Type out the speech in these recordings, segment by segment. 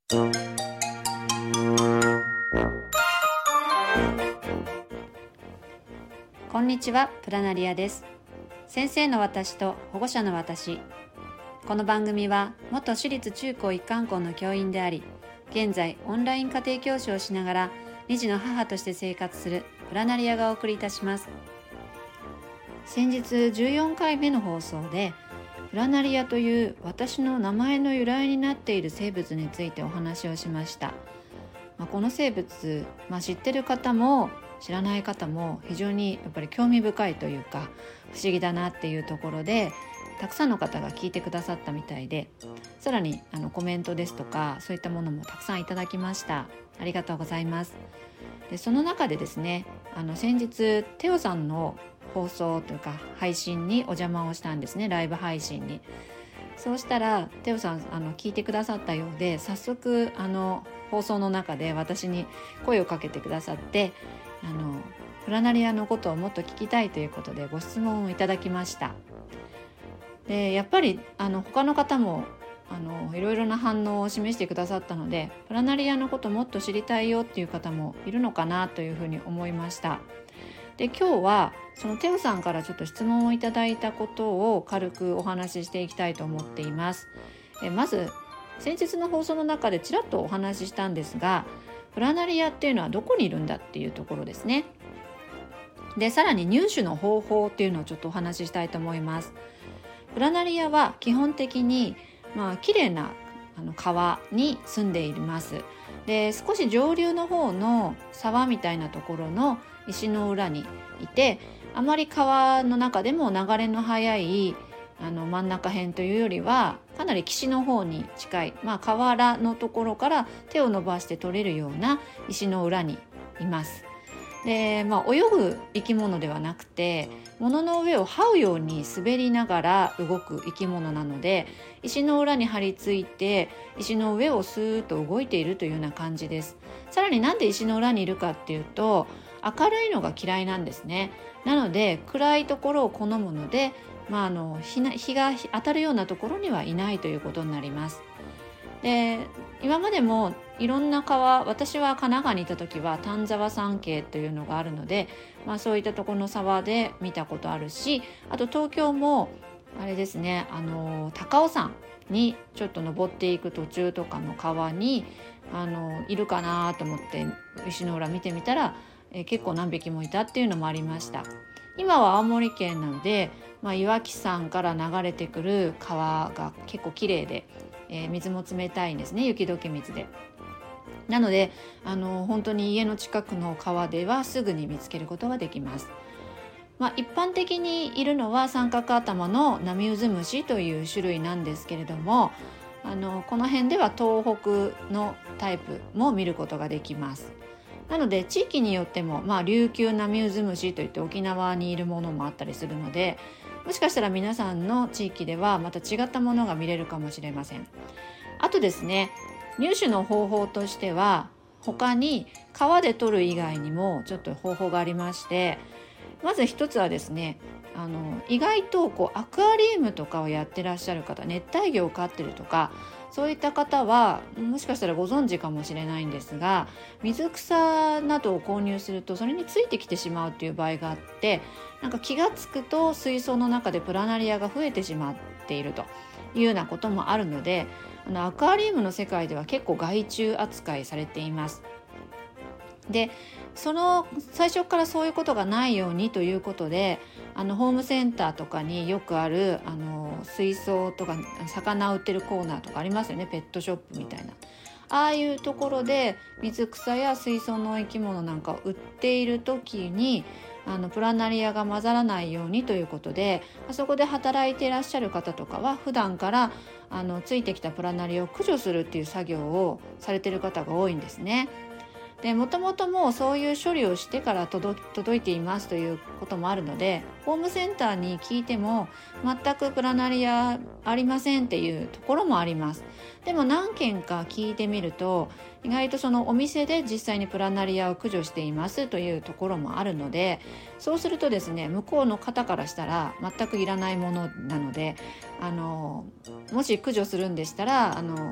こんにちは、プラナリアです。先生の私と保護者の私。この番組は元私立中高一貫校の教員であり、現在オンライン家庭教師をしながら2児の母として生活するプラナリアがお送りいたします。先日14回目の放送でプラナリアという私の名前の由来になっている生物についてお話をしました。この生物、知ってる方も知らない方も非常にやっぱり興味深いというか不思議だなっていうところでたくさんの方が聞いてくださったみたいで、さらにコメントですとかそういったものもたくさんいただきました。ありがとうございます。でその中でですね、先日テオさんの放送というか配信にお邪魔をしたんですね。ライブ配信に。そうしたらテオさん聞いてくださったようで、早速放送の中で私に声をかけてくださって、プラナリアのことをもっと聞きたいということでご質問をいただきました。でやっぱり他の方もいろいろな反応を示してくださったので、プラナリアのことをもっと知りたいよっていう方もいるのかなというふうに思いました。で今日はそのテオさんからちょっと質問をいただいたことを軽くお話ししていきたいと思っています。まず先日の放送の中でちらっとお話ししたんですが、プラナリアっていうのはどこにいるんだっていうところですね。でさらに入手の方法っていうのをちょっとお話ししたいと思います。プラナリアは基本的に綺麗な川に住んでいます。で少し上流の方の沢みたいなところの石の裏にいて、あまり川の中でも流れの速い真ん中辺というよりはかなり岸の方に近い、河原のところから手を伸ばして取れるような石の裏にいます。で、泳ぐ生き物ではなくて物の上を這うように滑りながら動く生き物なので、石の裏に張り付いて石の上をスーッと動いているというような感じです。さらになんで石の裏にいるかっていうと、明るいのが嫌いなんですね。なので暗いところを好むので、日が当たるようなところにはいないということになります。で今までもいろんな川、私は神奈川にいた時は丹沢山系というのがあるので、そういったところの沢で見たことあるし、あと東京もあれですね、高尾山にちょっと登っていく途中とかの川にいるかなと思って石の裏見てみたら、結構何匹もいたっていうのもありました。今は青森県なので、岩木山から流れてくる川が結構綺麗で、水も冷たいんですね。雪解け水で。なので本当に家の近くの川ではすぐに見つけることができます。一般的にいるのは三角頭のナミウズムシという種類なんですけれども、この辺では東北のタイプも見ることができます。なので地域によっても、琉球ナミウズムシといって沖縄にいるものもあったりするので、もしかしたら皆さんの地域ではまた違ったものが見れるかもしれません。あとですね、入手の方法としては他に川で取る以外にもちょっと方法がありまして、まず一つはですね、意外とアクアリウムとかをやってらっしゃる方、熱帯魚を飼ってるとかそういった方はもしかしたらご存知かもしれないんですが、水草などを購入するとそれについてきてしまうという場合があって、気がつくと水槽の中でプラナリアが増えてしまっているというようなこともあるので、アクアリウムの世界では結構害虫扱いされています。で最初からそういうことがないようにということで、ホームセンターとかによくある水槽とか魚を売ってるコーナーとかありますよね。ペットショップみたいな、ああいうところで水草や水槽の生き物なんかを売っている時にプラナリアが混ざらないようにということで、そこで働いていらっしゃる方とかは普段からついてきたプラナリアを駆除するっていう作業をされている方が多いんですね。でもともともうそういう処理をしてから届いていますということもあるので、ホームセンターに聞いても全くプラナリアありませんっていうところもあります。でも何件か聞いてみると、意外とそのお店で実際にプラナリアを駆除していますというところもあるので、そうするとですね、向こうの方からしたら全くいらないものなので、もし駆除するんでしたら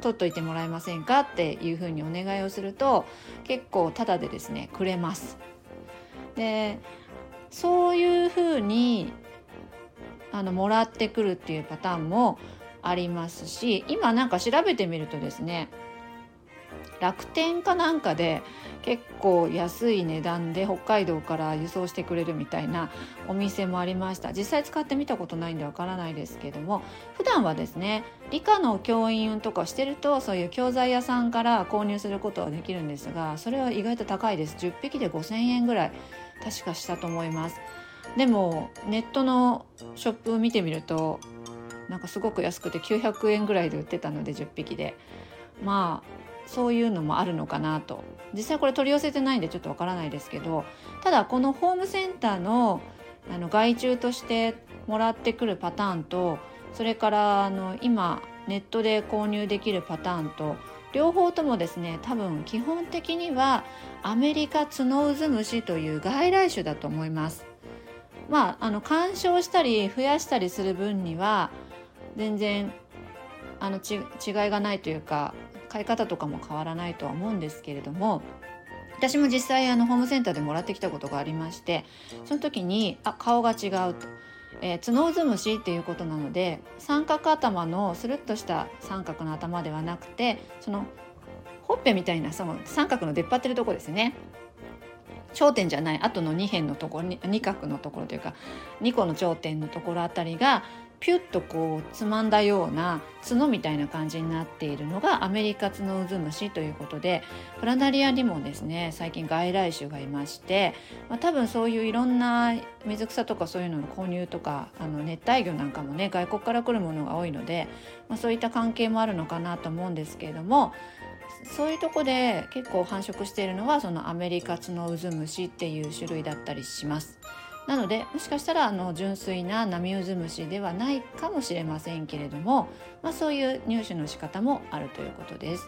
取っといてもらえませんかっていうふうにお願いをすると、結構タダでですねくれます。でそういうふうにもらってくるっていうパターンもありますし、今なんか調べてみるとですね、楽天かなんかで結構安い値段で北海道から輸送してくれるみたいなお店もありました。実際使ってみたことないんでわからないですけども、普段はですね理科の教員とかしてるとそういう教材屋さんから購入することはできるんですが、それは意外と高いです。10匹で5000円ぐらい確かしたと思います。でもネットのショップ見てみるとなんかすごく安くて900円ぐらいで売ってたので、10匹でまあそういうのもあるのかなと。実際これ取り寄せてないんでちょっとわからないですけど、ただこのホームセンターの害虫としてもらってくるパターンと、それから今ネットで購入できるパターンと両方ともですね、多分基本的にはアメリカツノウズムシという外来種だと思います。干渉したり増やしたりする分には全然違いがないというか、飼い方とかも変わらないとは思うんですけれども、私も実際ホームセンターでもらってきたことがありまして、その時に顔が違うと、ツノウズムシっていうことなので、三角頭のスルッとした三角の頭ではなくて、そのほっぺみたいなその三角の出っ張ってるところですね、頂点じゃない後の2辺のところに2角のところというか2個の頂点のところあたりがピュッとこうつまんだような角みたいな感じになっているのがアメリカツノウズムシということで、プラナリアにもですね最近外来種がいまして、多分そういういろんな水草とかそういうのの購入とか熱帯魚なんかもね外国から来るものが多いので、そういった関係もあるのかなと思うんですけれども、そういうとこで結構繁殖しているのはそのアメリカツノウズムシっていう種類だったりします。なのでもしかしたら純粋なナミウズムシではないかもしれませんけれども、そういう入手の仕方もあるということです。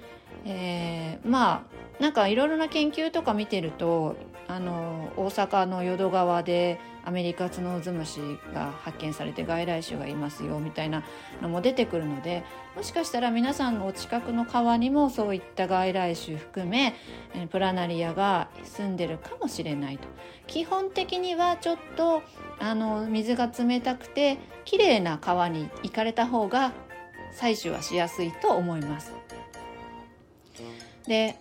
なんかいろいろな研究とか見てると大阪の淀川でアメリカツノウズムシが発見されて外来種がいますよみたいなのも出てくるので、もしかしたら皆さんのお近くの川にもそういった外来種含めプラナリアが住んでるかもしれないと。基本的にはちょっと水が冷たくてきれいな川に行かれた方が採取はしやすいと思います。で、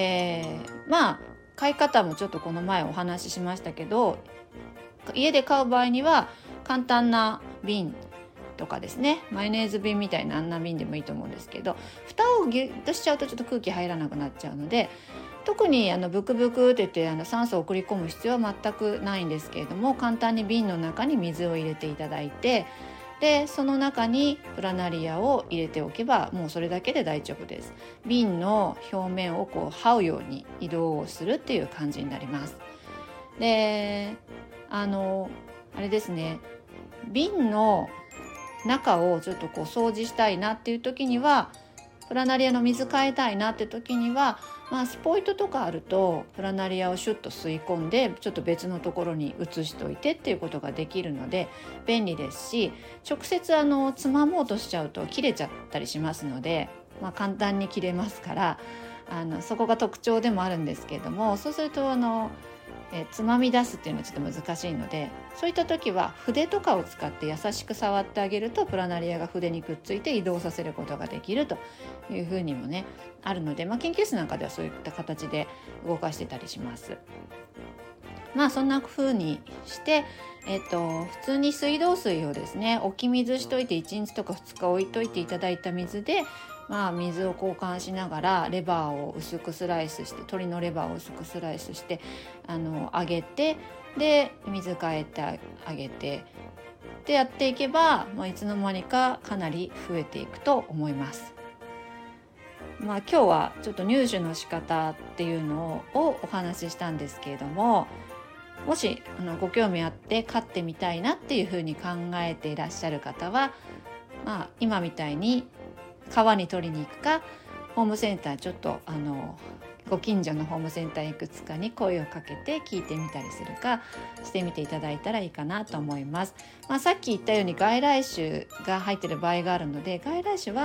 飼い方もちょっとこの前お話ししましたけど、家で飼う場合には簡単な瓶とかですね、マヨネーズ瓶みたいなあんな瓶でもいいと思うんですけど、蓋をギュッとしちゃうとちょっと空気入らなくなっちゃうので、特にブクブクって言って酸素を送り込む必要は全くないんですけれども、簡単に瓶の中に水を入れていただいて、でその中にプラナリアを入れておけばもうそれだけで大丈夫です。瓶の表面をこう這うように移動をするっていう感じになります。であれですね、瓶の中をちょっとこう掃除したいなっていう時には、プラナリアの水変えたいなって時には、スポイトとかあるとプラナリアをシュッと吸い込んでちょっと別のところに移しておいてっていうことができるので便利ですし、直接つまもうとしちゃうと切れちゃったりしますので、簡単に切れますからそこが特徴でもあるんですけれども、そうするとつまみ出すっていうのはちょっと難しいので、そういった時は筆とかを使って優しく触ってあげるとプラナリアが筆にくっついて移動させることができるというふうにもねあるので、研究室なんかではそういった形で動かしてたりします。そんな風にして、普通に水道水をですね置き水しといて1日とか2日置いといていただいた水で水を交換しながらレバーを薄くスライスして、鶏のレバーを薄くスライスして揚げて、で水変えてあげてでやっていけば、いつの間にかかなり増えていくと思います。今日はちょっと入手の仕方っていうのをお話ししたんですけれども、もしご興味あって飼ってみたいなっていうふうに考えていらっしゃる方は、今みたいに川に取りに行くか、ホームセンターちょっとご近所のホームセンターいくつかに声をかけて聞いてみたりするかしてみていただいたらいいかなと思います。さっき言ったように外来種が入っている場合があるので、外来種は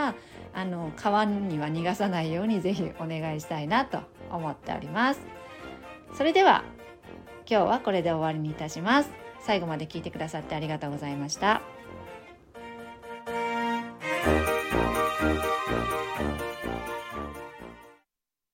川には逃がさないようにぜひお願いしたいなと思っております。それでは今日はこれで終わりにいたします。最後まで聞いてくださってありがとうございました。